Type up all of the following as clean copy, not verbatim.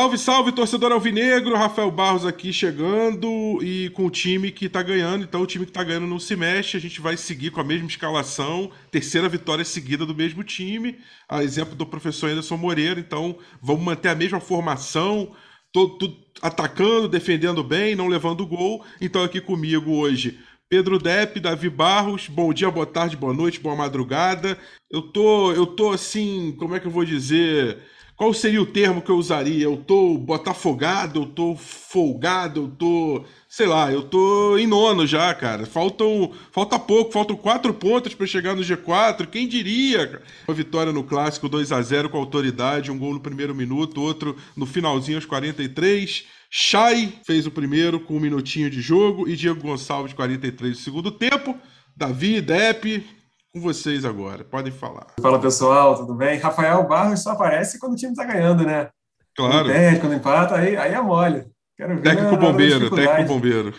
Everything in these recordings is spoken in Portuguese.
Salve, salve, torcedor alvinegro, Rafael Barros aqui chegando e com o time que tá ganhando. Então o time que tá ganhando não se mexe, a gente vai seguir com a mesma escalação, terceira vitória seguida do mesmo time, a exemplo do professor Anderson Moreira. Então vamos manter a mesma formação, todo atacando, defendendo bem, não levando gol. Então aqui comigo hoje Pedro Depp, Davi Barros, bom dia, boa tarde, boa noite, boa madrugada. Eu tô assim, como é que eu vou dizer? Qual seria o termo que eu usaria? Eu tô botafogado, eu tô folgado, eu tô, sei lá, eu tô em nono já, cara. Falta pouco, faltam 4 pontos pra chegar no G4. Quem diria, cara? Uma vitória no clássico 2-0 com autoridade, um gol no primeiro minuto, outro no finalzinho aos 43. Chay fez o primeiro com 1 minutinho de jogo e Diego Gonçalves 43 do segundo tempo. Davi, Depp, com vocês agora. Podem falar. Fala pessoal, tudo bem? Rafael Barros só aparece quando o time tá ganhando, né? Quando Claro. perde, quando empata, aí é mole. Quero ver Técnico na hora da bombeiro, técnico dificuldade. bombeiro.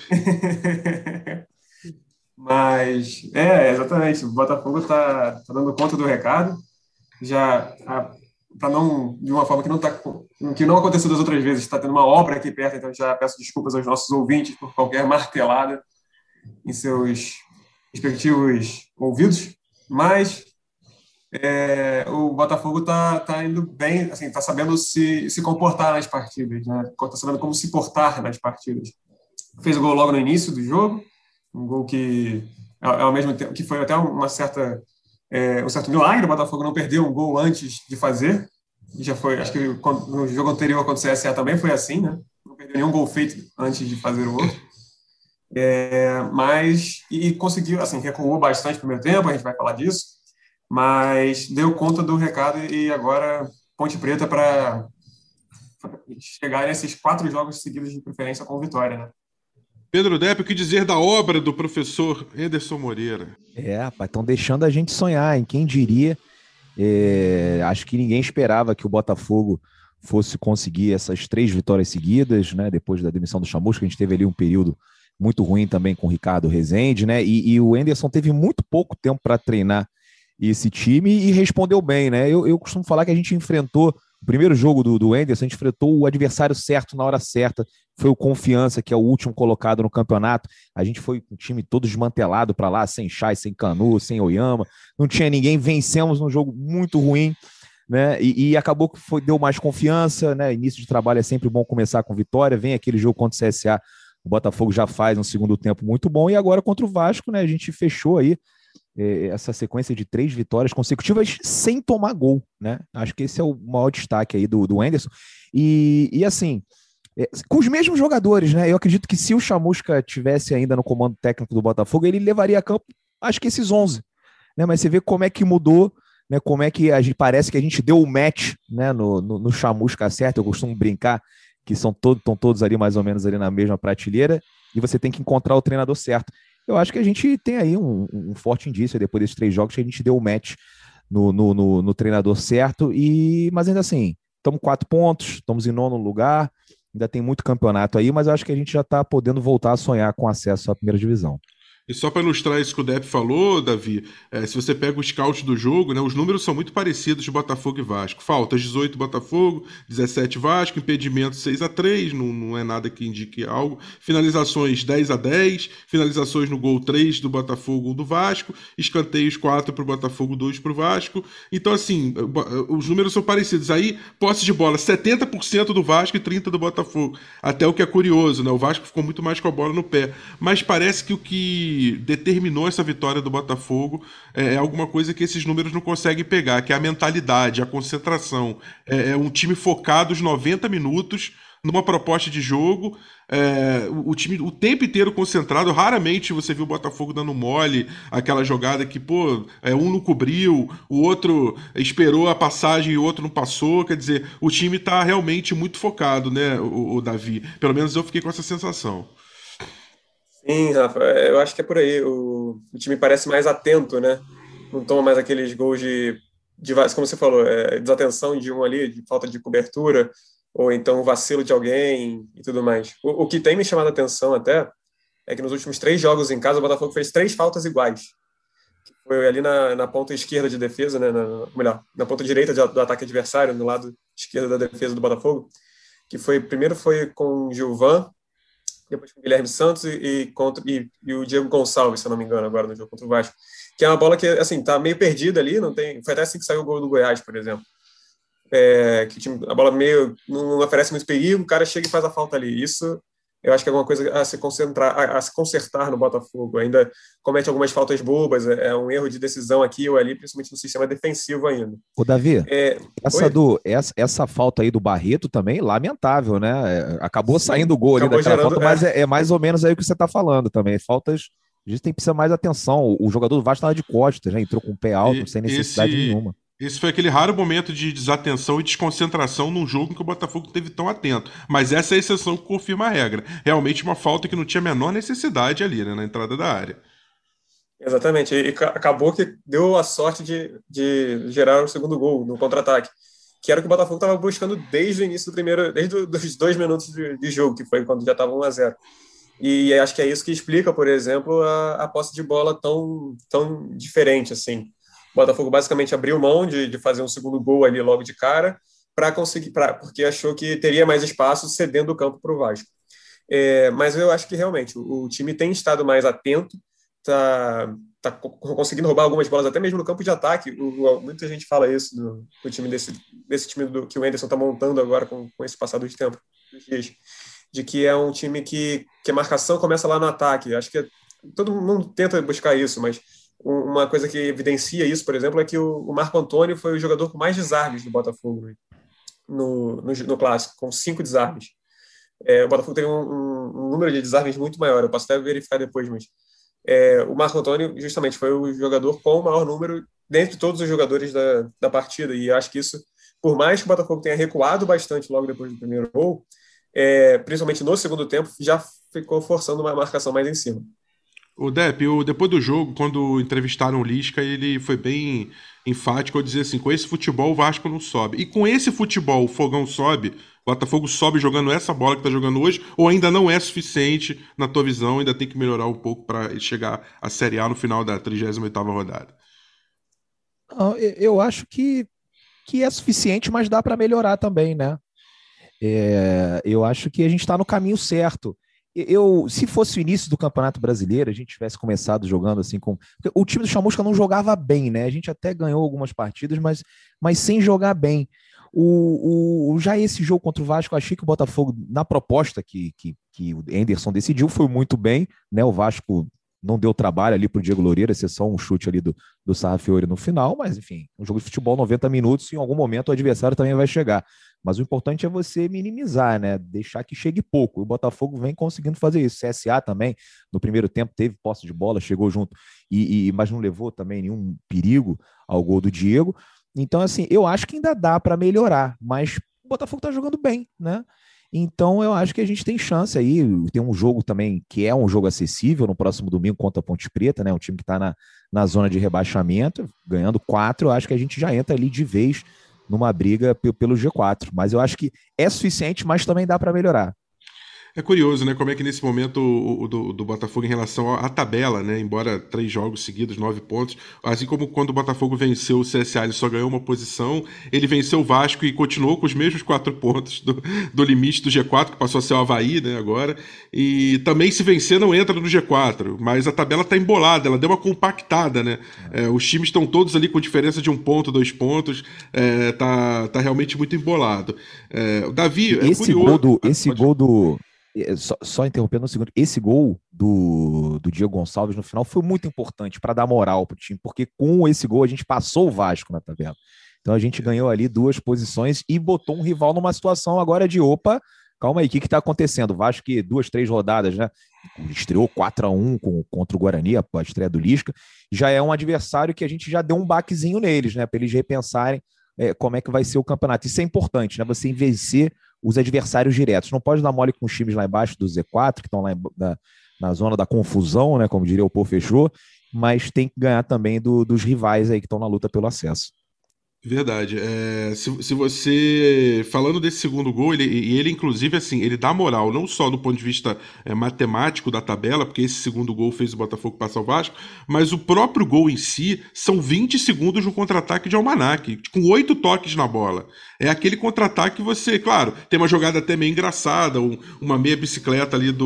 Mas, exatamente. O Botafogo tá dando conta do recado. Já, para não, de uma forma que não aconteceu das outras vezes, está tendo uma obra aqui perto, então já peço desculpas aos nossos ouvintes por qualquer martelada em seus respectivos ouvidos. Mas o Botafogo tá indo bem, assim, tá sabendo se comportar nas partidas, né? Tá sabendo como se portar nas partidas. Fez o gol logo no início do jogo, um gol que ao mesmo tempo que foi até um certo milagre. O Botafogo não perdeu um gol antes de fazer. E já foi, acho que no jogo anterior contra o CSA também foi assim, né? Não perdeu nenhum gol feito antes de fazer o outro. Mas conseguiu, assim, recuou bastante no primeiro tempo, a gente vai falar disso, mas deu conta do recado e agora Ponte Preta para chegar nesses 4 jogos seguidos de preferência com vitória, né? Pedro Depp, o que dizer da obra do professor Anderson Moreira? Rapaz, estão deixando a gente sonhar, hein? Quem diria? Acho que ninguém esperava que o Botafogo fosse conseguir essas 3 vitórias seguidas, né? Depois da demissão do Chamusca, a gente teve ali um período muito ruim também com o Ricardo Rezende, né? E o Anderson teve muito pouco tempo para treinar esse time e respondeu bem, né? Eu costumo falar que a gente enfrentou o primeiro jogo do Anderson, a gente enfrentou o adversário certo na hora certa. Foi o Confiança, que é o último colocado no campeonato. A gente foi com o time todo desmantelado para lá, sem Chay, sem Canu, sem Oyama. Não tinha ninguém. Vencemos num jogo muito ruim, né? E acabou que deu mais confiança, né? Início de trabalho é sempre bom começar com vitória. Vem aquele jogo contra o CSA, o Botafogo já faz um segundo tempo muito bom. E agora contra o Vasco, né? A gente fechou aí essa sequência de 3 vitórias consecutivas sem tomar gol, né? Acho que esse é o maior destaque aí do Anderson. E assim, com os mesmos jogadores, né? Eu acredito que se o Chamusca tivesse ainda no comando técnico do Botafogo, ele levaria a campo, acho que esses 11, né? Mas você vê como é que mudou, né? Como é que parece que a gente deu o match, né? No Chamusca certo. Eu costumo brincar que estão todos ali mais ou menos ali na mesma prateleira e você tem que encontrar o treinador certo. Eu acho que a gente tem aí um forte indício depois desses 3 jogos que a gente deu o match no treinador certo, mas ainda assim, estamos 4 pontos, estamos em nono lugar, ainda tem muito campeonato aí, mas eu acho que a gente já está podendo voltar a sonhar com acesso à primeira divisão. E só para ilustrar isso que o Depp falou, Davi, se você pega o scout do jogo, né, os números são muito parecidos de Botafogo e Vasco. Faltas 18 Botafogo, 17 Vasco, impedimento 6-3, não é nada que indique algo. Finalizações 10-10, finalizações no gol 3 do Botafogo, 1 do Vasco, escanteios 4 para o Botafogo, 2 para o Vasco. Então, assim, os números são parecidos. Aí, posse de bola, 70% do Vasco e 30% do Botafogo. Até o que é curioso, né? O Vasco ficou muito mais com a bola no pé. Mas parece que o que determinou essa vitória do Botafogo é alguma coisa que esses números não conseguem pegar, que é a mentalidade, a concentração. É um time focado os 90 minutos numa proposta de jogo. O time o tempo inteiro concentrado. Raramente você viu o Botafogo dando mole, aquela jogada que, pô, um não cobriu, o outro esperou a passagem e o outro não passou. Quer dizer, o time tá realmente muito focado, né, o Davi? Pelo menos eu fiquei com essa sensação. Sim, Rafa, eu acho que é por aí. O time parece mais atento, né? Não toma mais aqueles gols como você falou, desatenção de um ali, de falta de cobertura, ou então vacilo de alguém e tudo mais. O que tem me chamado a atenção até é que nos últimos 3 jogos em casa, o Botafogo fez 3 faltas iguais. Foi ali na ponta esquerda de defesa, né? Melhor, na ponta direita do ataque adversário, no lado esquerdo da defesa do Botafogo. que primeiro foi com o Gilvan, depois com o Guilherme Santos e o Diego Gonçalves, se eu não me engano, agora no jogo contra o Vasco, que é uma bola que, assim, tá meio perdida ali, não tem, foi até assim que saiu o gol do Goiás, por exemplo, que a bola meio não oferece muito perigo, o cara chega e faz a falta ali. Isso eu acho que é alguma coisa a se concentrar, a se consertar no Botafogo. Ainda comete algumas faltas bobas, um erro de decisão aqui ou ali, principalmente no sistema defensivo ainda. Ô, Davi, essa falta aí do Barreto também, lamentável, né? Acabou saindo o gol ali daquela falta, mas é mais ou menos aí o que você está falando também. Faltas, a gente tem que precisar mais atenção. O jogador do Vasco estava de costas, né? Entrou com o pé alto, sem necessidade nenhuma. Esse foi aquele raro momento de desatenção e desconcentração num jogo em que o Botafogo esteve tão atento. Mas essa é a exceção que confirma a regra. Realmente uma falta que não tinha a menor necessidade ali, né, na entrada da área. Exatamente. E acabou que deu a sorte de gerar o segundo gol no contra-ataque, que era o que o Botafogo estava buscando desde o início desde os 2 minutos de jogo, que foi quando já estava 1-0. E acho que é isso que explica, por exemplo, a posse de bola tão diferente assim. O Botafogo basicamente abriu mão de fazer um segundo gol ali logo de cara porque achou que teria mais espaço cedendo o campo para o Vasco. Mas eu acho que realmente o time tem estado mais atento, tá conseguindo roubar algumas bolas até mesmo no campo de ataque. Muita gente fala isso do time desse time que o Anderson está montando agora com esse passado de tempo, de que é um time que a marcação começa lá no ataque. Acho que todo mundo tenta buscar isso, mas uma coisa que evidencia isso, por exemplo, é que o Marco Antônio foi o jogador com mais desarmes do Botafogo no Clássico, com 5 desarmes. O Botafogo tem um número de desarmes muito maior, eu posso até verificar depois, mas o Marco Antônio justamente foi o jogador com o maior número dentre todos os jogadores da partida, e acho que isso, por mais que o Botafogo tenha recuado bastante logo depois do primeiro gol, principalmente no segundo tempo, já ficou forçando uma marcação mais em cima. O Depp, depois do jogo, quando entrevistaram o Lisca, ele foi bem enfático ao dizer assim, com esse futebol o Vasco não sobe. E com esse futebol o Fogão sobe, o Botafogo sobe jogando essa bola que está jogando hoje, ou ainda não é suficiente, na tua visão, ainda tem que melhorar um pouco para chegar à Série A no final da 38ª rodada? Não, eu acho que é suficiente, mas dá para melhorar também, né? Eu acho que a gente está no caminho certo. Se fosse o início do Campeonato Brasileiro, a gente tivesse começado jogando assim com... O time do Chamusca não jogava bem, né? A gente até ganhou algumas partidas, mas sem jogar bem. Já esse jogo contra o Vasco, eu achei que o Botafogo, na proposta que o Anderson decidiu, foi muito bem, né? O Vasco não deu trabalho ali para o Diego Loureiro, exceção um chute ali do Sarrafiori no final, mas enfim, um jogo de futebol 90 minutos, em algum momento o adversário também vai chegar. Mas o importante é você minimizar, né? Deixar que chegue pouco. O Botafogo vem conseguindo fazer isso. CSA também, no primeiro tempo, teve posse de bola, chegou junto, mas não levou também nenhum perigo ao gol do Diego. Então, assim, eu acho que ainda dá para melhorar, mas o Botafogo está jogando bem, né? Então, eu acho que a gente tem chance aí. Tem um jogo também que é um jogo acessível no próximo domingo contra a Ponte Preta, né? Um time que está na zona de rebaixamento, ganhando 4. Eu acho que a gente já entra ali de vez numa briga pelo G4. Mas eu acho que é suficiente, mas também dá para melhorar. É curioso, né? Como é que nesse momento do Botafogo em relação à tabela, né? Embora 3 jogos seguidos, 9 pontos, assim como quando o Botafogo venceu o CSA, ele só ganhou uma posição, ele venceu o Vasco e continuou com os mesmos 4 pontos do limite do G4, que passou a ser o Avaí, né? Agora. E também se vencer não entra no G4, mas a tabela está embolada, ela deu uma compactada, né? Os times estão todos ali com diferença de 1 ponto, 2 pontos, tá realmente muito embolado. O Davi, esse gol do só interrompendo um segundo, esse gol do Diego Gonçalves no final foi muito importante para dar moral para o time, porque com esse gol a gente passou o Vasco na tabela. Então a gente ganhou ali 2 posições e botou um rival numa situação agora de opa, calma aí, o que está acontecendo? O Vasco que 2, 3 rodadas, né? Estreou 4-1 contra o Guarani, a estreia do Lisca, já é um adversário que a gente já deu um baquezinho neles, né? Para eles repensarem como é que vai ser o campeonato. Isso é importante, né? Você vencer os adversários diretos. Não pode dar mole com os times lá embaixo do Z4, que estão lá na zona da confusão, né? Como diria o Pô Fechou, mas tem que ganhar também dos rivais aí que estão na luta pelo acesso. Verdade. Se você. Falando desse segundo gol, ele, inclusive, assim, ele dá moral, não só do ponto de vista matemático da tabela, porque esse segundo gol fez o Botafogo passar o Vasco, mas o próprio gol em si são 20 segundos no contra-ataque de Almanac, com 8 toques na bola. É aquele contra-ataque que você, claro, tem uma jogada até meio engraçada, uma meia bicicleta ali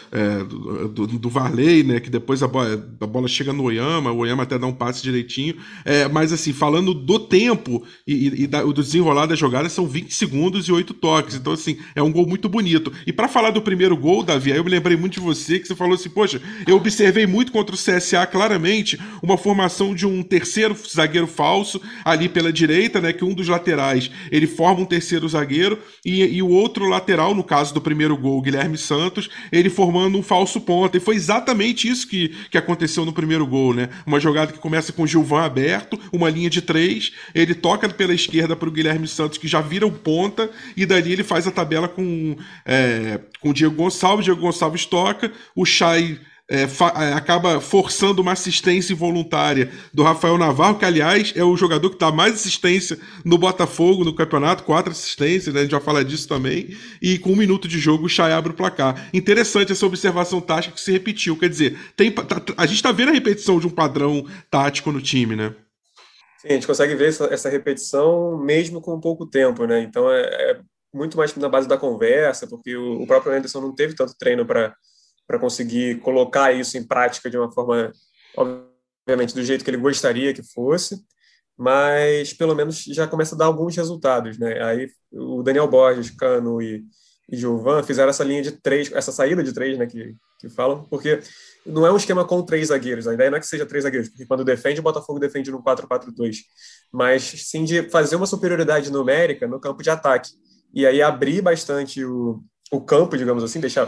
do Varley, né? Que depois a bola chega no Oyama, o Oyama até dá um passe direitinho. Mas assim, falando do tempo do desenrolar da jogada, são 20 segundos e 8 toques. Então, assim, é um gol muito bonito. E para falar do primeiro gol, Davi, aí eu me lembrei muito de você, que você falou assim, poxa, eu observei muito contra o CSA claramente uma formação de um terceiro zagueiro falso ali pela direita, né? Que um dos laterais ele forma um terceiro zagueiro e o outro lateral, no caso do primeiro gol, o Guilherme Santos, ele formando um falso ponta. E foi exatamente isso que aconteceu no primeiro gol, né? Uma jogada que começa com o Gilvan aberto, uma linha de 3, ele toca pela esquerda para o Guilherme Santos, que já vira o ponta, e dali ele faz a tabela com o Diego Gonçalves toca, o Chay acaba forçando uma assistência involuntária do Rafael Navarro, que, aliás, é o jogador que dá mais assistência no Botafogo, no campeonato, 4 assistências, né? A gente já fala disso também. E com 1 minuto de jogo, o Chay abre o placar. Interessante essa observação tática que se repetiu. Quer dizer, a gente está vendo a repetição de um padrão tático no time, né? Sim, a gente consegue ver essa repetição mesmo com pouco tempo, né? Então é muito mais na base da conversa, porque o próprio Anderson não teve tanto treino para conseguir colocar isso em prática de uma forma, obviamente, do jeito que ele gostaria que fosse, mas pelo menos já começa a dar alguns resultados, né? Aí o Daniel Borges, Cano e Gilvan fizeram essa linha de 3, essa saída de 3, né, que falam, porque não é um esquema com 3 zagueiros, a ideia não é que seja 3 zagueiros, porque quando defende, o Botafogo defende no 4-4-2, mas sim de fazer uma superioridade numérica no campo de ataque, e aí abrir bastante o campo, digamos assim, deixar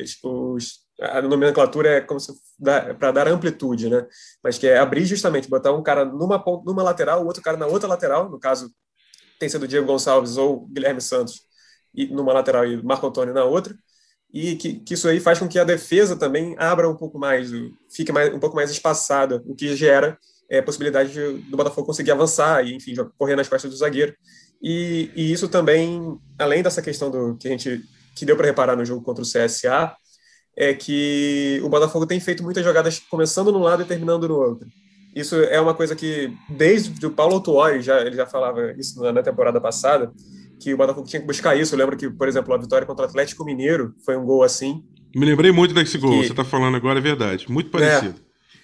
a nomenclatura é como se para dar amplitude, né? Mas que é abrir justamente, botar um cara numa lateral, o outro cara na outra lateral, no caso tem sido o Diego Gonçalves ou Guilherme Santos numa lateral e Marco Antônio na outra, e que isso aí faz com que a defesa também abra um pouco mais, fique um pouco mais espaçada, o que gera possibilidade do Botafogo conseguir avançar e, enfim, correr nas costas do zagueiro. E isso também, além dessa questão que deu para reparar no jogo contra o CSA, é que o Botafogo tem feito muitas jogadas começando num lado e terminando no outro. Isso é uma coisa que, desde o Paulo Autuori, ele já falava isso na temporada passada, que o Botafogo tinha que buscar isso. Eu lembro que, por exemplo, a vitória contra o Atlético Mineiro foi um gol assim. Me lembrei muito desse gol, você está falando agora, é verdade. Muito parecido.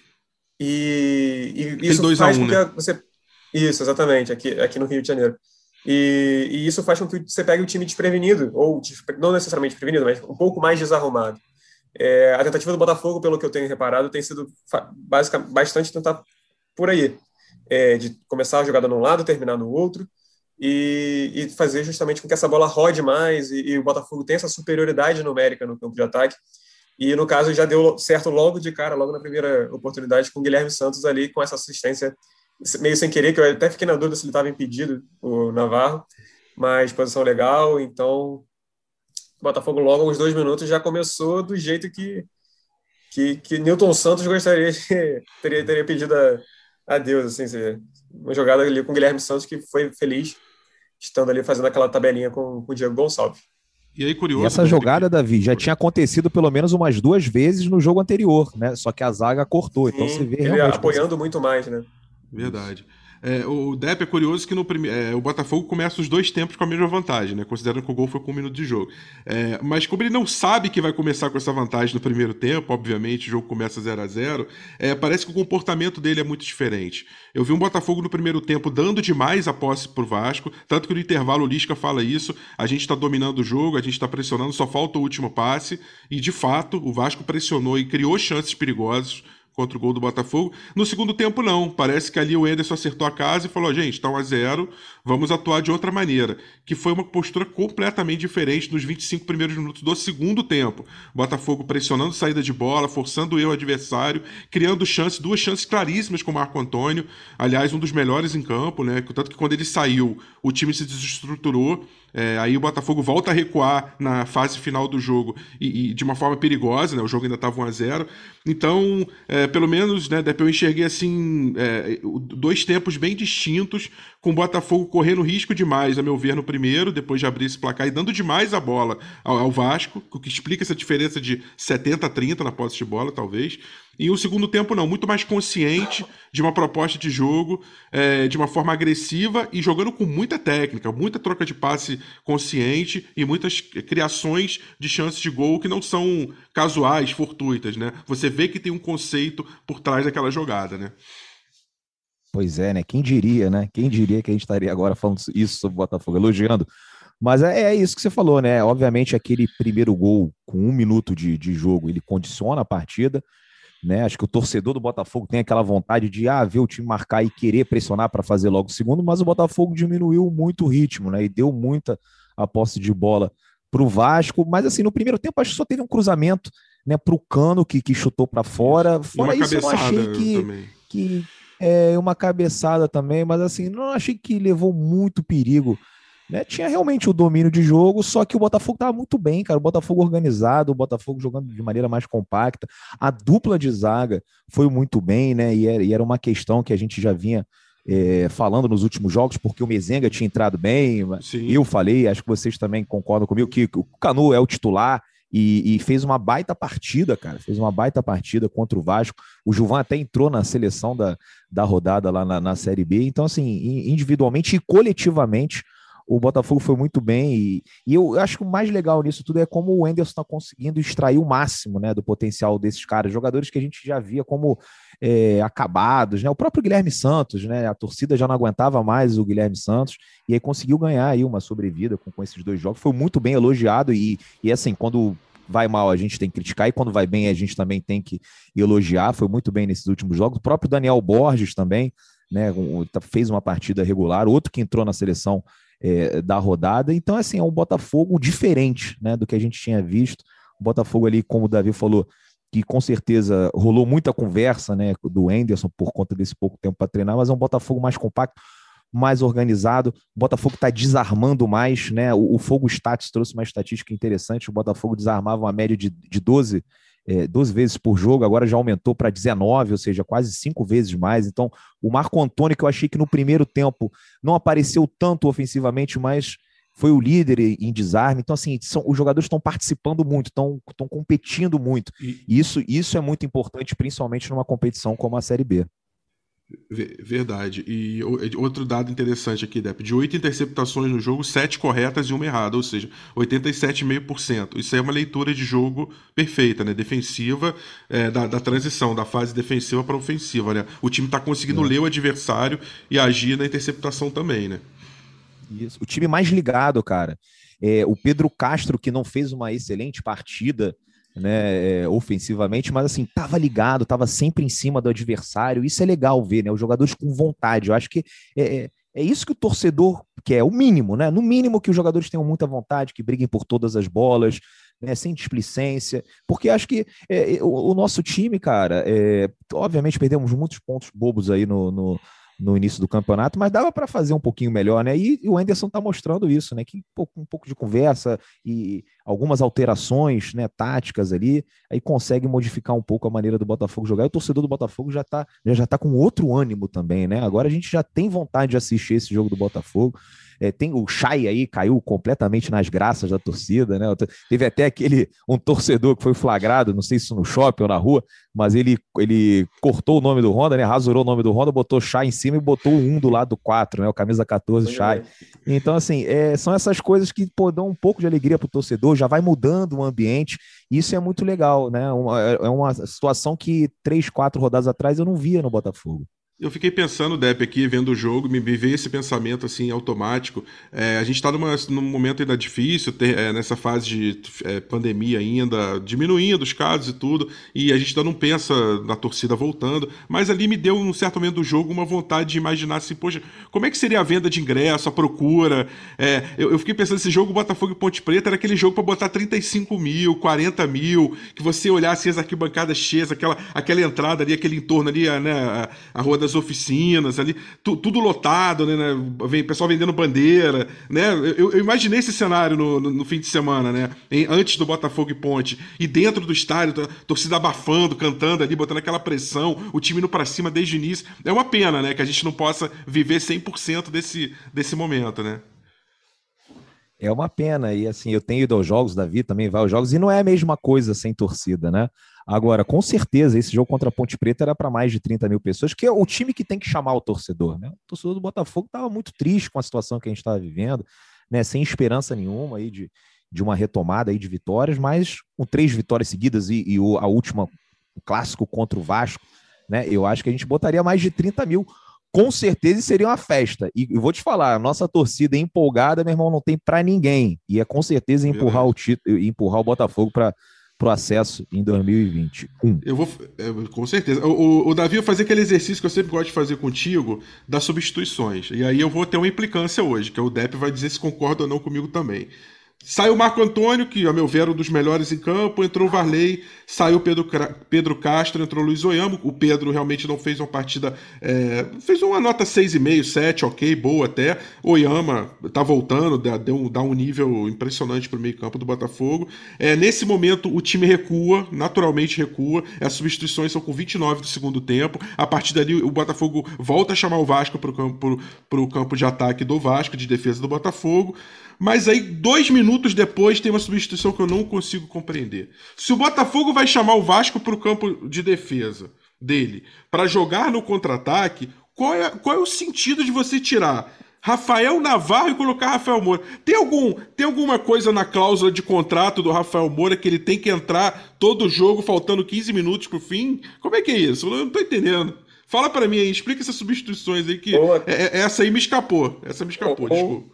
E isso faz com que você... Isso, exatamente, aqui no Rio de Janeiro. E isso faz com que você pegue o time desprevenido, ou não necessariamente desprevenido, mas um pouco mais desarrumado. A tentativa do Botafogo, pelo que eu tenho reparado, tem sido basicamente bastante tentar por aí, de começar a jogada num lado, terminar no outro, e fazer justamente com que essa bola rode mais e o Botafogo tenha essa superioridade numérica no campo de ataque. E no caso já deu certo logo de cara, logo na primeira oportunidade, com o Guilherme Santos ali, com essa assistência meio sem querer, que eu até fiquei na dúvida se ele estava impedido, o Navarro, mas posição legal. Então o Botafogo logo aos 2 minutos já começou do jeito que Newton Santos gostaria teria pedido a Deus, assim, uma jogada ali com o Guilherme Santos que foi feliz estando ali fazendo aquela tabelinha com o Diego Gonçalves. E aí, curioso. E essa jogada, Davi, já tinha acontecido pelo menos umas 2 vezes no jogo anterior, né? Só que a zaga cortou. Sim, então você vê ele apoiando muito mais, né? Verdade. O Depp é curioso que o Botafogo começa os 2 tempos com a mesma vantagem, né? Considerando que o gol foi com 1 minuto de jogo. Mas como ele não sabe que vai começar com essa vantagem no primeiro tempo, obviamente o jogo começa 0-0, parece que o comportamento dele é muito diferente. Eu vi um Botafogo no primeiro tempo dando demais a posse pro Vasco, tanto que no intervalo o Lisca fala isso, a gente tá dominando o jogo, a gente tá pressionando, só falta o último passe, e de fato o Vasco pressionou e criou chances perigosas contra o gol do Botafogo. No segundo tempo, não. Parece que ali o Anderson acertou a casa e falou, gente, tá 1-0, vamos atuar de outra maneira. Que foi uma postura completamente diferente nos 25 primeiros minutos do segundo tempo. Botafogo pressionando saída de bola, forçando o erro adversário, criando chances, 2 chances claríssimas com o Marco Antônio. Aliás, um dos melhores em campo, né? Tanto que quando ele saiu, o time se desestruturou. Aí o Botafogo volta a recuar na fase final do jogo e de uma forma perigosa, né? O jogo ainda estava 1-0. Então, pelo menos, né, eu enxerguei assim, dois tempos bem distintos, com o Botafogo correndo risco demais, a meu ver, no primeiro, depois de abrir esse placar e dando demais a bola ao Vasco, o que explica essa diferença de 70-30 na posse de bola, talvez. E o segundo tempo não, muito mais consciente de uma proposta de jogo, de uma forma agressiva e jogando com muita técnica, muita troca de passe consciente e muitas criações de chances de gol que não são casuais, fortuitas, né? Você vê que tem um conceito por trás daquela jogada, né? Pois é, né? Quem diria, né? Quem diria que a gente estaria agora falando isso sobre o Botafogo, elogiando. Mas é isso que você falou, né? Obviamente, aquele primeiro gol com 1 minuto de jogo, ele condiciona a partida, né? Acho que o torcedor do Botafogo tem aquela vontade de ver o time marcar e querer pressionar para fazer logo o segundo, mas o Botafogo diminuiu muito o ritmo, né? E deu muita a posse de bola para o Vasco. Mas assim, no primeiro tempo, acho que só teve um cruzamento, né, para o Cano que chutou para fora. Fora isso, eu não achei que uma cabeçada também, mas assim, não achei que levou muito perigo, né? Tinha realmente o domínio de jogo, só que o Botafogo estava muito bem, cara. O Botafogo organizado, o Botafogo jogando de maneira mais compacta. A dupla de zaga foi muito bem, né? E era uma questão que a gente já vinha falando nos últimos jogos, porque o Mezenga tinha entrado bem. Sim. Eu falei, acho que vocês também concordam comigo, que o Canu é o titular. E fez uma baita partida, cara. Fez uma baita partida contra o Vasco. O Gilvan até entrou na seleção da rodada lá na Série B. Então, assim, individualmente e coletivamente, o Botafogo foi muito bem. E eu acho que o mais legal nisso tudo é como o Enderson está conseguindo extrair o máximo, né, do potencial desses caras. Jogadores que a gente já via como acabados, né? O próprio Guilherme Santos, né? A torcida já não aguentava mais o Guilherme Santos. E aí conseguiu ganhar aí uma sobrevida com esses 2 jogos. Foi muito bem elogiado e assim, quando vai mal a gente tem que criticar e quando vai bem a gente também tem que elogiar. Foi muito bem nesses últimos jogos. O próprio Daniel Borges também, né, fez uma partida regular. Outro que entrou na seleção da rodada. Então, assim, é um Botafogo diferente, né, do que a gente tinha visto. O Botafogo ali, como o Davi falou, que com certeza rolou muita conversa, né, do Enderson por conta desse pouco tempo para treinar, mas é um Botafogo mais compacto, mais organizado. O Botafogo está desarmando mais, né? O Fogo Stats trouxe uma estatística interessante. O Botafogo desarmava uma média de 12 vezes por jogo, agora já aumentou para 19, ou seja, quase 5 vezes mais. Então, o Marco Antônio, que eu achei que no primeiro tempo não apareceu tanto ofensivamente, mas foi o líder em desarme. Então, assim, os jogadores estão participando muito, estão competindo muito. E isso é muito importante, principalmente numa competição como a Série B. Verdade. E outro dado interessante aqui, Depp, de 8 interceptações no jogo, 7 corretas e 1 errada, ou seja, 87,5%. Isso aí é uma leitura de jogo perfeita, né? Defensiva, da transição, da fase defensiva para ofensiva, né? O time está conseguindo ler o adversário e agir na interceptação também, né? Isso. O time mais ligado, cara. O Pedro Castro, que não fez uma excelente partida, né, ofensivamente, mas assim, tava ligado, tava sempre em cima do adversário. Isso é legal ver, né? Os jogadores com vontade. Eu acho que é isso que o torcedor quer, o mínimo, né? No mínimo que os jogadores tenham muita vontade, que briguem por todas as bolas, né, sem displicência, porque acho que o nosso time, cara, obviamente perdemos muitos pontos bobos aí no início do campeonato, mas dava para fazer um pouquinho melhor, né? E o Enderson está mostrando isso, né? Que um pouco de conversa e algumas alterações, né, táticas ali, aí consegue modificar um pouco a maneira do Botafogo jogar. E o torcedor do Botafogo já tá com outro ânimo também, né? Agora a gente já tem vontade de assistir esse jogo do Botafogo. Tem o Chay aí, caiu completamente nas graças da torcida, né? Teve até um torcedor que foi flagrado, não sei se no shopping ou na rua, mas ele cortou o nome do Honda, né? Rasurou o nome do Honda, botou Chay em cima e botou o 1 do lado do 4, né? O camisa 14 Chay. Então, assim, são essas coisas que dão um pouco de alegria pro torcedor, já vai mudando o ambiente, e isso é muito legal, né? É uma situação que 3, 4 rodadas atrás eu não via no Botafogo. Eu fiquei pensando, Depp, aqui, vendo o jogo, me veio esse pensamento, assim, automático. A gente está num momento ainda difícil, nessa fase de pandemia ainda, diminuindo os casos e tudo, e a gente ainda não pensa na torcida voltando, mas ali me deu, num certo momento do jogo, uma vontade de imaginar assim, poxa, como é que seria a venda de ingresso, a procura? Eu fiquei pensando, esse jogo Botafogo e Ponte Preta era aquele jogo para botar 35 mil, 40 mil, que você olhasse as arquibancadas cheias, aquela entrada ali, aquele entorno ali, né, a Rua das das oficinas ali, tudo lotado, né? Vem pessoal vendendo bandeira, né? Eu imaginei esse cenário no fim de semana, né? Antes do Botafogo e Ponte. E dentro do estádio, torcida abafando, cantando ali, botando aquela pressão, o time indo pra cima desde o início. É uma pena, né? Que a gente não possa viver 100% desse momento, né? É uma pena, e assim, eu tenho ido aos jogos, Davi também vai aos jogos, e não é a mesma coisa sem torcida, né? Agora, com certeza, esse jogo contra a Ponte Preta era para mais de 30 mil pessoas, que é o time que tem que chamar o torcedor, né? O torcedor do Botafogo estava muito triste com a situação que a gente estava vivendo, né? Sem esperança nenhuma aí de uma retomada aí de vitórias, mas com 3 vitórias seguidas e a última, o clássico contra o Vasco, né? Eu acho que a gente botaria mais de 30 mil com certeza seria uma festa. E eu vou te falar, a nossa torcida empolgada, meu irmão, não tem para ninguém. E é com certeza empurrar o título, empurrar o Botafogo para o acesso em 2021. Eu vou, com certeza. O Davi vai fazer aquele exercício que eu sempre gosto de fazer contigo, das substituições. E aí eu vou ter uma implicância hoje, que o Depp vai dizer se concorda ou não comigo também. Saiu o Marco Antônio, que, a meu ver, era um dos melhores em campo. Entrou o Varley, saiu o Pedro Castro, entrou o Luiz Oyama. O Pedro realmente não fez uma partida... fez uma nota 6,5, 7, ok, boa até. O Oyama tá voltando, dá um nível impressionante pro meio campo do Botafogo. Nesse momento, o time recua, naturalmente recua. As substituições são com 29 do segundo tempo. A partir dali, o Botafogo volta a chamar o Vasco pro campo de ataque do Vasco, de defesa do Botafogo. Mas aí, 2 minutos depois, tem uma substituição que eu não consigo compreender. Se o Botafogo vai chamar o Vasco para o campo de defesa dele para jogar no contra-ataque, qual é o sentido de você tirar Rafael Navarro e colocar Rafael Moura? Tem alguma coisa na cláusula de contrato do Rafael Moura que ele tem que entrar todo jogo faltando 15 minutos pro fim? Como é que é isso? Eu não tô entendendo. Fala para mim aí, explica essas substituições aí que essa aí me escapou. Essa me escapou, desculpa.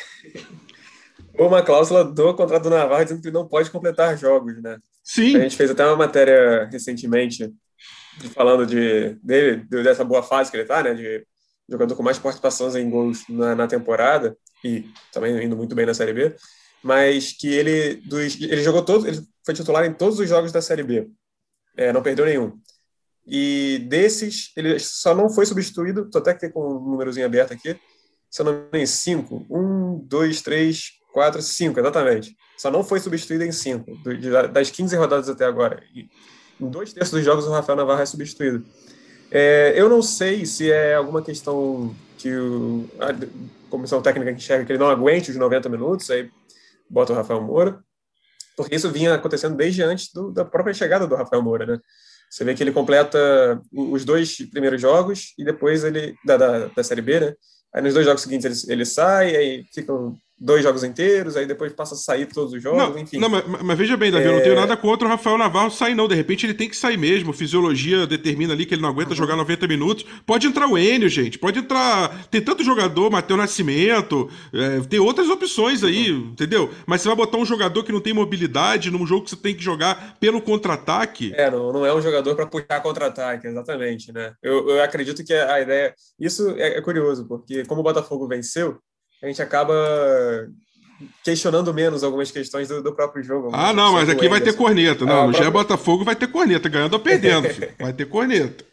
Uma cláusula do contrato do Navarro dizendo que ele não pode completar jogos, né? Sim. A gente fez até uma matéria recentemente falando dessa boa fase que ele tá, né? De jogador com mais participações em gols na temporada e também indo muito bem na Série B, mas que ele jogou ele foi titular em todos os jogos da Série B, não perdeu nenhum. E desses, ele só não foi substituído, tô até aqui com um númerozinho aberto aqui, se eu não me engano, em 5. 1, 2, 3, 4, 5, exatamente. Só não foi substituído em 5, das 15 rodadas até agora. E em 2/3 dos jogos, o Rafael Navarro é substituído. Eu não sei se é alguma questão que a comissão técnica enxerga que ele não aguente os 90 minutos, aí bota o Rafael Moura, porque isso vinha acontecendo desde antes da própria chegada do Rafael Moura, né? Você vê que ele completa os 2 primeiros jogos e depois ele da Série B, né? Aí nos 2 jogos seguintes ele sai, aí ficam 2 jogos inteiros, aí depois passa a sair todos os jogos, enfim. Não, mas veja bem, Davi, eu não tenho nada contra o Rafael Navarro sair, não. De repente ele tem que sair mesmo. A fisiologia determina ali que ele não aguenta jogar 90 minutos. Pode entrar o Enio, gente. Pode entrar... Tem tanto jogador, Matheus Nascimento, tem outras opções aí, entendeu? Mas você vai botar um jogador que não tem mobilidade num jogo que você tem que jogar pelo contra-ataque. Não é um jogador para puxar contra-ataque, exatamente, né? Eu acredito que a ideia... Isso é curioso, porque como o Botafogo venceu, a gente acaba questionando menos algumas questões do próprio jogo. Não, mas aqui vai ter corneta. Não, no GE Botafogo vai ter corneta, ganhando ou perdendo, filho. Vai ter corneta.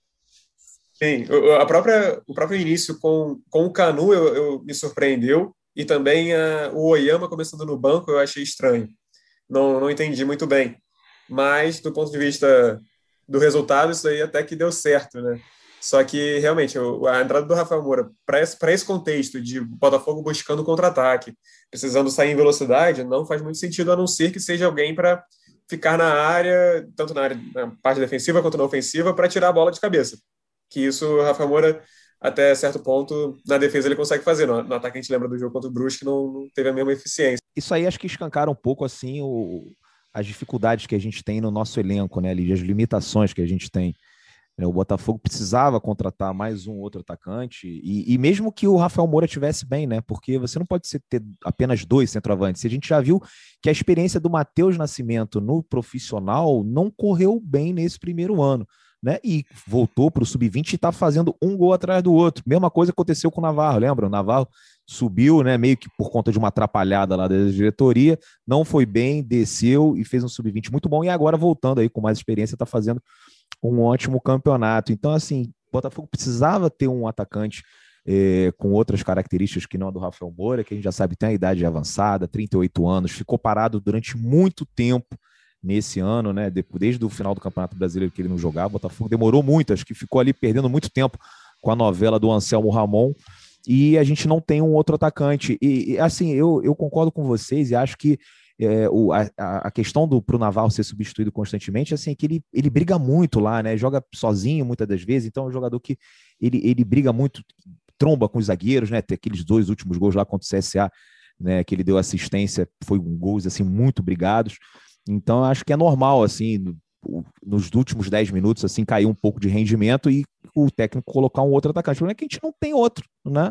Sim, o próprio início com o Canu me surpreendeu, e também o Oyama começando no banco eu achei estranho. Não entendi muito bem. Mas, do ponto de vista do resultado, isso aí até que deu certo, né? Só que, realmente, a entrada do Rafael Moura, para esse contexto de Botafogo buscando contra-ataque, precisando sair em velocidade, não faz muito sentido, a não ser que seja alguém para ficar na área, tanto na parte defensiva quanto na ofensiva, para tirar a bola de cabeça. Que isso o Rafael Moura, até certo ponto, na defesa ele consegue fazer. No ataque a gente lembra do jogo contra o Brusque, não teve a mesma eficiência. Isso aí acho que escancara um pouco assim as dificuldades que a gente tem no nosso elenco, né, ali, as limitações que a gente tem. O Botafogo precisava contratar mais um outro atacante, e mesmo que o Rafael Moura estivesse bem, né? Porque você não pode ter apenas 2 centroavantes. A gente já viu que a experiência do Matheus Nascimento no profissional não correu bem nesse primeiro ano, né? E voltou para o sub-20 e está fazendo um gol atrás do outro. Mesma coisa aconteceu com o Navarro, lembra? O Navarro subiu, né? Meio que por conta de uma atrapalhada lá da diretoria, não foi bem, desceu e fez um sub-20 muito bom, e agora voltando aí com mais experiência, está fazendo um ótimo campeonato. Então, assim, Botafogo precisava ter um atacante com outras características que não a do Rafael Moura, que a gente já sabe tem a idade avançada, 38 anos, ficou parado durante muito tempo nesse ano, né? Desde o final do Campeonato Brasileiro que ele não jogava, o Botafogo demorou muito, acho que ficou ali perdendo muito tempo com a novela do Anselmo Ramon, e a gente não tem um outro atacante. E assim, eu concordo com vocês e acho que a questão pro Navarro ser substituído constantemente, assim, é que ele briga muito lá, né? Joga sozinho muitas das vezes, então é um jogador que ele briga muito, tromba com os zagueiros, né? Tem aqueles 2 últimos gols lá contra o CSA, né? Que ele deu assistência, foi gols assim muito brigados. Então acho que é normal assim, nos últimos 10 minutos assim cair um pouco de rendimento e o técnico colocar um outro atacante. O problema é que a gente não tem outro, né?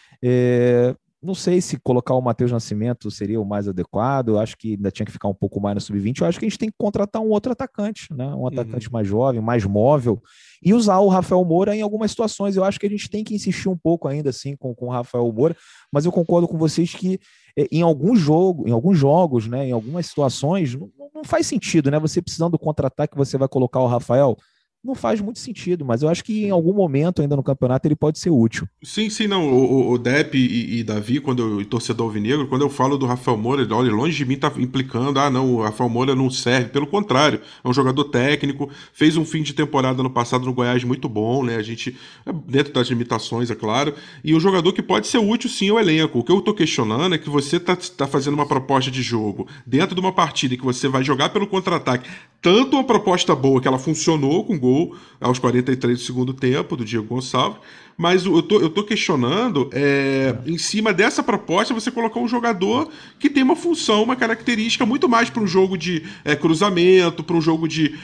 Não sei se colocar o Matheus Nascimento seria o mais adequado. Eu acho que ainda tinha que ficar um pouco mais no sub-20. Eu acho que a gente tem que contratar um outro atacante, né? Um atacante mais jovem, mais móvel, e usar o Rafael Moura em algumas situações. Eu acho que a gente tem que insistir um pouco ainda assim com o Rafael Moura, mas eu concordo com vocês que em alguns jogos, né, em algumas situações, não faz sentido, né? Você precisando do contra-ataque, você vai colocar o Rafael. Não faz muito sentido, mas eu acho que em algum momento ainda no campeonato ele pode ser útil. Sim, não. O Depp e Davi, e torcedor alvinegro, quando eu falo do Rafael Moura, olha, longe de mim tá implicando, não, o Rafael Moura não serve. Pelo contrário, é um jogador técnico, fez um fim de temporada no passado no Goiás muito bom, né? A gente, dentro das limitações, é claro, e um jogador que pode ser útil sim ao elenco. O que eu tô questionando é que você tá fazendo uma proposta de jogo dentro de uma partida que você vai jogar pelo contra-ataque. Tanto uma proposta boa, que ela funcionou com gol aos 43 do segundo tempo, do Diego Gonçalves, mas eu tô questionando, em cima dessa proposta, você colocar um jogador que tem uma função, uma característica muito mais para um jogo de cruzamento, para um jogo de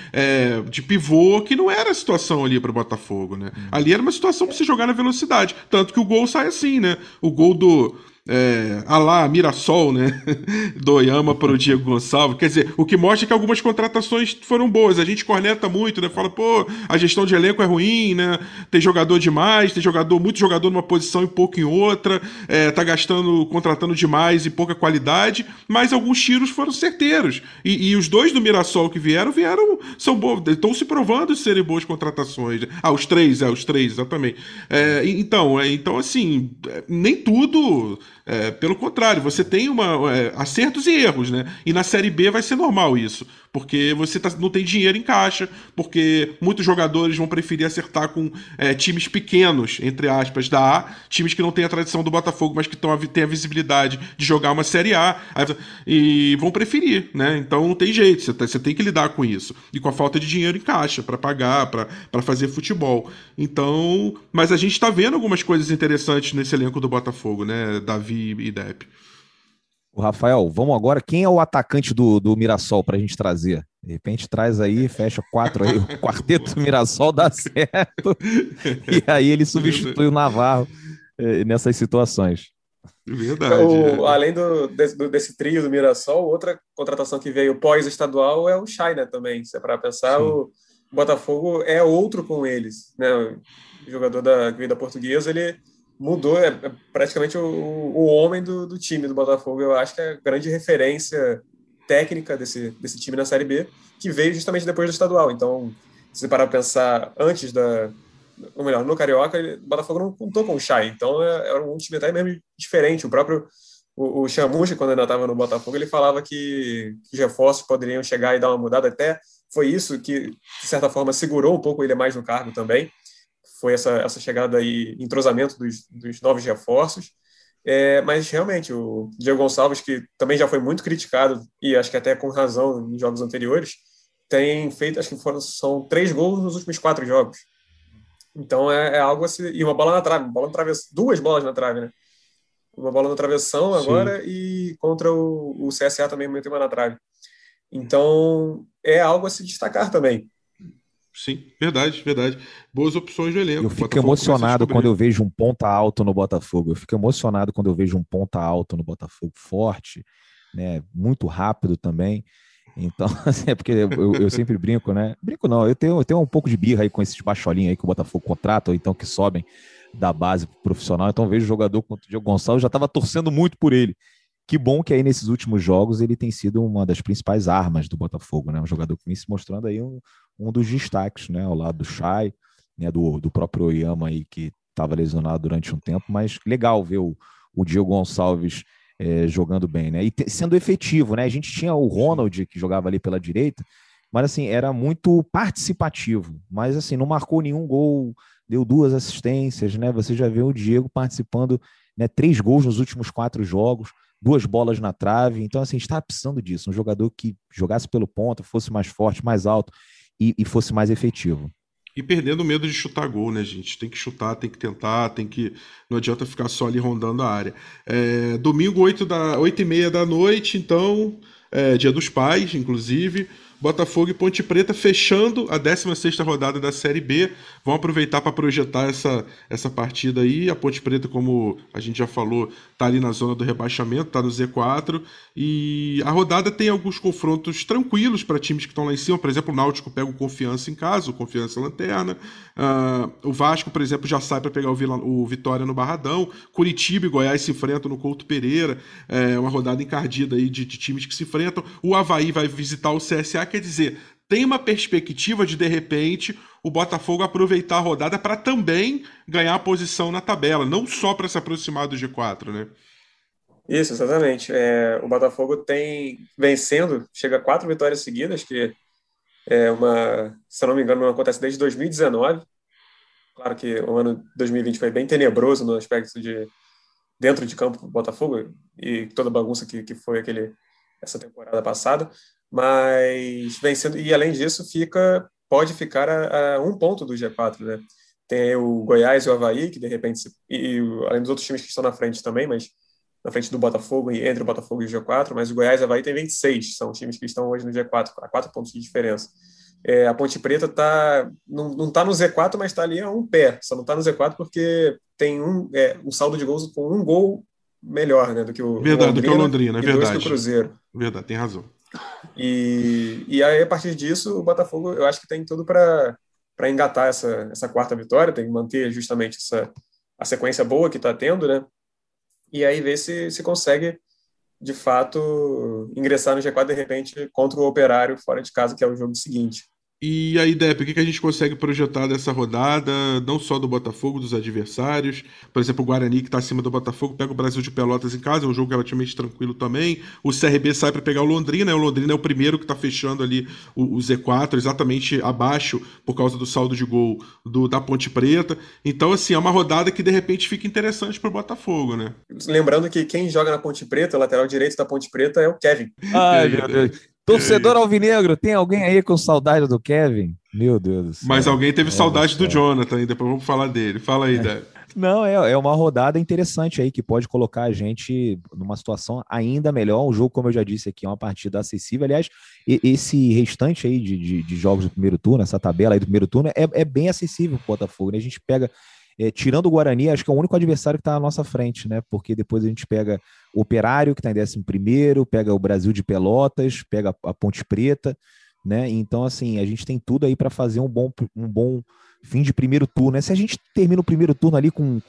pivô, que não era a situação ali para o Botafogo, né? Ali era uma situação para você jogar na velocidade, tanto que o gol sai assim, né? O gol do Mirassol, né? Do Oyama para o Diego Gonçalves. Quer dizer, o que mostra que algumas contratações foram boas. A gente corneta muito, né? Fala, pô, a gestão de elenco é ruim, né? Tem jogador demais, tem muito jogador numa posição e pouco em outra, tá contratando demais e pouca qualidade, mas alguns tiros foram certeiros. E os 2 do Mirassol que vieram são bons, estão se provando de serem boas contratações. Os 3, exatamente. Então, assim, nem tudo. Pelo contrário, você tem acertos e erros, né? E na Série B vai ser normal isso, porque você não tem dinheiro em caixa, porque muitos jogadores vão preferir acertar com times pequenos, entre aspas, da A, times que não têm a tradição do Botafogo, mas que têm a visibilidade de jogar uma Série A, e vão preferir, né? Então não tem jeito, você tem que lidar com isso, e com a falta de dinheiro em caixa para pagar, para fazer futebol. Então, mas a gente está vendo algumas coisas interessantes nesse elenco do Botafogo, né, Davi e Depp. O Rafael, vamos agora. Quem é o atacante do Mirassol para a gente trazer? De repente traz aí, fecha 4 aí, o quarteto do Mirassol dá certo. E aí ele substitui o Navarro nessas situações. Verdade. Além desse trio do Mirassol, outra contratação que veio pós-estadual é o Chay, né, também. Se é para pensar, o Botafogo é outro com eles, né? O jogador que veio da Portuguesa, ele mudou, praticamente o homem do time do Botafogo. Eu acho que é a grande referência técnica desse time na Série B, que veio justamente depois do estadual. Então, se você parar para pensar antes ou melhor, no Carioca, o Botafogo não contou com o Chay. Então, era um time até mesmo diferente. O próprio o Chamusca, quando ainda estava no Botafogo, ele falava que os reforços poderiam chegar e dar uma mudada. Até foi isso que, de certa forma, segurou um pouco ele mais no cargo também. Foi essa chegada e entrosamento dos novos reforços. Mas, realmente, o Diego Gonçalves, que também já foi muito criticado, e acho que até com razão em jogos anteriores, tem feito, acho que são 3 gols nos últimos 4 jogos. Então, é algo assim... E uma bola na trave, 2 bolas na trave, né? Uma bola na travessão agora. Sim. E contra o CSA também meteu uma na trave. Então, é algo a se destacar também. Sim, verdade. Boas opções no elenco. Eu fico emocionado quando eu vejo um ponta alto no Botafogo. Forte, né? Muito rápido também. Então, assim, é porque eu sempre brinco, né? Brinco não, eu tenho um pouco de birra aí com esses baixolinhos aí que o Botafogo contrata, ou então que sobem da base pro profissional. Então, eu vejo o jogador contra o Diego Gonçalves, já estava torcendo muito por ele. Que bom que aí nesses últimos jogos ele tem sido uma das principais armas do Botafogo, né? Um jogador que vem se mostrando aí um dos destaques, né? Ao lado do Chay, né, do próprio Oyama aí, que estava lesionado durante um tempo, mas legal ver o Diego Gonçalves jogando bem, né? E sendo efetivo, né? A gente tinha o Ronald, que jogava ali pela direita, mas assim, era muito participativo, mas assim, não marcou nenhum gol, deu 2 assistências, né? Você já vê o Diego participando, né, 3 gols nos últimos 4 jogos, 2 bolas na trave, então assim, está precisando disso, um jogador que jogasse pelo ponta, fosse mais forte, mais alto e fosse mais efetivo. E perdendo o medo de chutar gol, né, gente? Tem que chutar, tem que tentar, tem que. Não adianta ficar só ali rondando a área. Domingo, 8h30 da noite, então, Dia dos Pais, inclusive. Botafogo e Ponte Preta fechando a 16ª rodada da Série B. Vão aproveitar para projetar essa partida aí. A Ponte Preta, como a gente já falou, tá ali na zona do rebaixamento, tá no Z4. E a rodada tem alguns confrontos tranquilos para times que estão lá em cima. Por exemplo, o Náutico pega o Confiança em casa, o Confiança lanterna. O Vasco, por exemplo, já sai para pegar o Vitória no Barradão. Curitiba e Goiás se enfrentam no Couto Pereira. Uma rodada encardida aí de times que se enfrentam. O Avaí vai visitar o CSA, quer dizer, tem uma perspectiva de repente, o Botafogo aproveitar a rodada para também ganhar a posição na tabela, não só para se aproximar do G4, né? Isso, exatamente. O Botafogo tem vencendo, chega a 4 vitórias seguidas, que se eu não me engano, não acontece desde 2019. Claro que o ano 2020 foi bem tenebroso no aspecto de dentro de campo do Botafogo e toda a bagunça que foi essa temporada passada, mas vencendo, e além disso pode ficar a 1 ponto do G4, né? Tem o Goiás e o Avaí, que de repente, além dos outros times que estão na frente também, mas na frente do Botafogo e entre o Botafogo e o G4, mas o Goiás e o Avaí tem 26, são times que estão hoje no G4, a 4 pontos de diferença. A Ponte Preta não está no Z4, mas está ali a um pé. Só não está no Z4 porque tem um saldo de gols com 1 gol melhor, né, do que o Verdade, do que o Londrina Londrina, é e 2 que o verdade. Cruzeiro. Verdade, tem razão. E aí, a partir disso, o Botafogo, eu acho que tem tudo para engatar essa 4ª vitória, tem que manter justamente a sequência boa que está tendo, né? E aí ver se consegue, de fato, ingressar no G4 de repente contra o Operário fora de casa, que é o jogo seguinte. E aí, Depp, o que a gente consegue projetar dessa rodada, não só do Botafogo, dos adversários? Por exemplo, o Guarani, que está acima do Botafogo, pega o Brasil de Pelotas em casa, é um jogo relativamente tranquilo também. O CRB sai para pegar o Londrina, o Londrina é o primeiro que está fechando ali o Z4, exatamente abaixo, por causa do saldo de gol da Ponte Preta. Então, assim, é uma rodada que de repente fica interessante para o Botafogo, né? Lembrando que quem joga na Ponte Preta, o lateral direito da Ponte Preta, é o Kevin. Ai, meu Deus. Torcedor alvinegro, tem alguém aí com saudade do Kevin? Meu Deus do céu. Mas alguém teve saudade do Jonathan, e depois vamos falar dele. Fala aí, Débora. Não, é uma rodada interessante aí que pode colocar a gente numa situação ainda melhor. Um jogo, como eu já disse aqui, é uma partida acessível. Aliás, esse restante aí de jogos do primeiro turno, essa tabela aí do primeiro turno, é bem acessível pro Botafogo, né? A gente pega, tirando o Guarani, acho que é o único adversário que está à nossa frente, né? Porque depois a gente pega o Operário, que está em 11º, pega o Brasil de Pelotas, pega a Ponte Preta, né? Então, assim, a gente tem tudo aí para fazer um bom fim de primeiro turno, né? Se a gente termina o primeiro turno ali com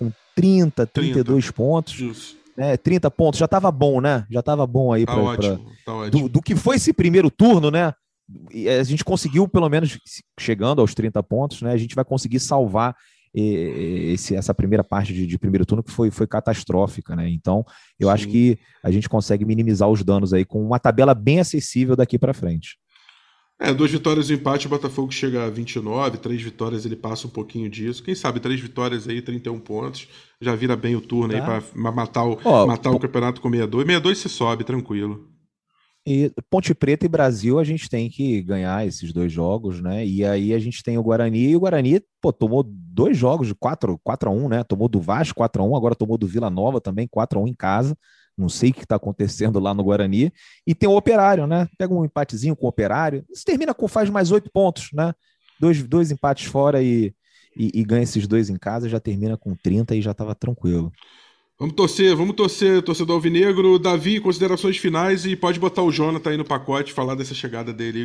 32 pontos, né? 30 pontos, já estava bom, né? Já estava bom aí tá ótimo. Do que foi esse primeiro turno, né? E a gente conseguiu, pelo menos, chegando aos 30 pontos, né? A gente vai conseguir salvar essa primeira parte de primeiro turno que foi catastrófica, né? Então, eu acho que a gente consegue minimizar os danos aí com uma tabela bem acessível daqui para frente. 2 vitórias e um empate, o Botafogo chega a 29, 3 vitórias ele passa um pouquinho disso. Quem sabe 3 vitórias aí, 31 pontos, já vira bem o turno aí para matar o campeonato com 62. 62 se sobe, tranquilo. E Ponte Preta e Brasil a gente tem que ganhar esses 2 jogos, né? E aí a gente tem o Guarani, e o Guarani, tomou 2 jogos de 4-1, né? Tomou do Vasco 4-1, agora tomou do Vila Nova também 4-1 em casa. Não sei o que está acontecendo lá no Guarani. E tem o Operário, né? Pega um empatezinho com o Operário. Se termina faz mais 8 pontos, né? Dois empates fora e ganha esses 2 em casa, já termina com 30 e já estava tranquilo. Vamos torcer, torcedor alvinegro. Davi, considerações finais e pode botar o Jonathan aí no pacote, falar dessa chegada dele, o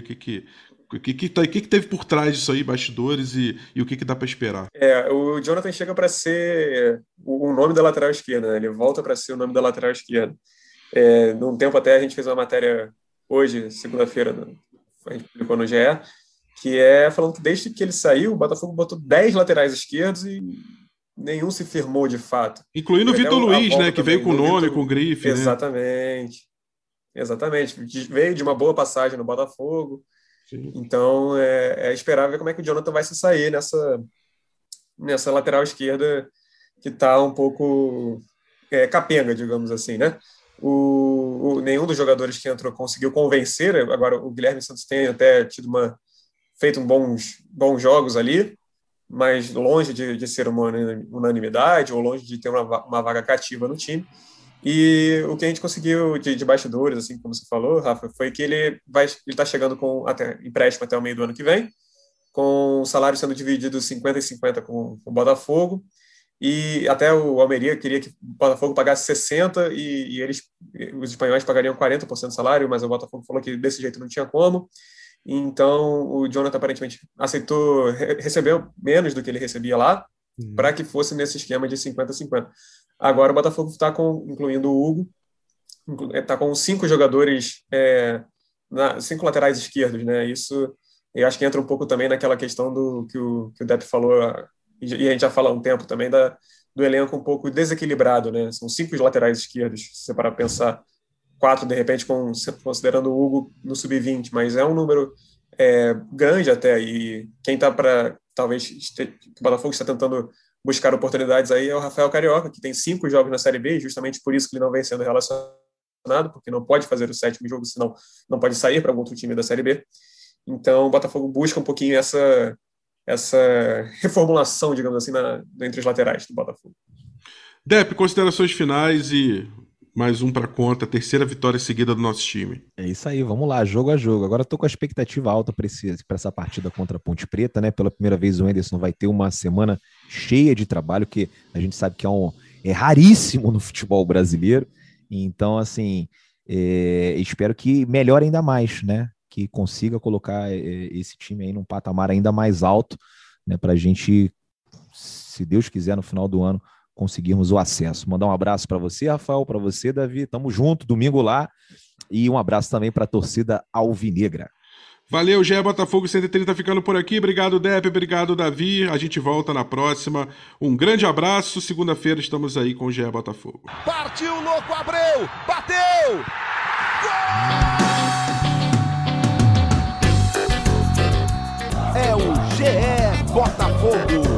que teve por trás disso aí, bastidores e o que dá para esperar. O Jonathan chega para ser o nome da lateral esquerda, né? Ele volta para ser o nome da lateral esquerda. Num tempo até a gente fez uma matéria hoje, segunda-feira, a gente publicou no GE, que é falando que desde que ele saiu, o Botafogo botou 10 laterais esquerdos e nenhum se firmou de fato. Incluindo o Vitor Luiz, né, que veio com o nome, com o grife. Exatamente. Né? Exatamente. Veio de uma boa passagem no Botafogo. Sim. Então, é esperar ver como é que o Jonathan vai se sair nessa lateral esquerda que está um pouco capenga, digamos assim, né? Nenhum dos jogadores que entrou conseguiu convencer. Agora, o Guilherme Santos tem até feito bons jogos ali, mas longe de ser uma unanimidade ou longe de ter uma vaga cativa no time. E o que a gente conseguiu de bastidores, assim como você falou, Rafa, foi que ele está chegando com empréstimo até o meio do ano que vem, com o salário sendo dividido 50 e 50 com o Botafogo, e até o Almeria queria que o Botafogo pagasse 60% e os espanhóis pagariam 40% do salário, mas o Botafogo falou que desse jeito não tinha como. Então o Jonathan aparentemente aceitou receber menos do que ele recebia lá, para que fosse nesse esquema de 50-50. Agora o Botafogo está incluindo o Hugo, está com 5 jogadores, 5 laterais esquerdos, né? Isso eu acho que entra um pouco também naquela questão que o Depp falou, e a gente já fala há um tempo também, do elenco um pouco desequilibrado, né? São 5 laterais esquerdos, se você parar para pensar, 4 de repente considerando o Hugo no sub-20, mas é um número grande até, e quem está para, talvez, o Botafogo está tentando buscar oportunidades aí é o Rafael Carioca, que tem 5 jogos na Série B, justamente por isso que ele não vem sendo relacionado, porque não pode fazer o 7º jogo, senão não pode sair para algum outro time da Série B. Então o Botafogo busca um pouquinho essa reformulação, digamos assim, entre os laterais do Botafogo. Depp, considerações finais e mais um para conta, 3ª vitória seguida do nosso time. É isso aí, vamos lá, jogo a jogo. Agora eu tô com a expectativa alta para essa partida contra a Ponte Preta, né? Pela primeira vez o Anderson vai ter uma semana cheia de trabalho, que a gente sabe que é raríssimo no futebol brasileiro. Então, assim, espero que melhore ainda mais, né? Que consiga colocar esse time aí num patamar ainda mais alto, né? Para a gente, se Deus quiser, no final do ano, conseguirmos o acesso. Mandar um abraço para você, Rafael, para você, Davi. Tamo junto, domingo lá. E um abraço também para a torcida alvinegra. Valeu, GE Botafogo 130 ficando por aqui. Obrigado, Depp. Obrigado, Davi. A gente volta na próxima. Um grande abraço. Segunda-feira estamos aí com o GE Botafogo. Partiu, louco, Abreu! Bateu! Gol! É o GE Botafogo.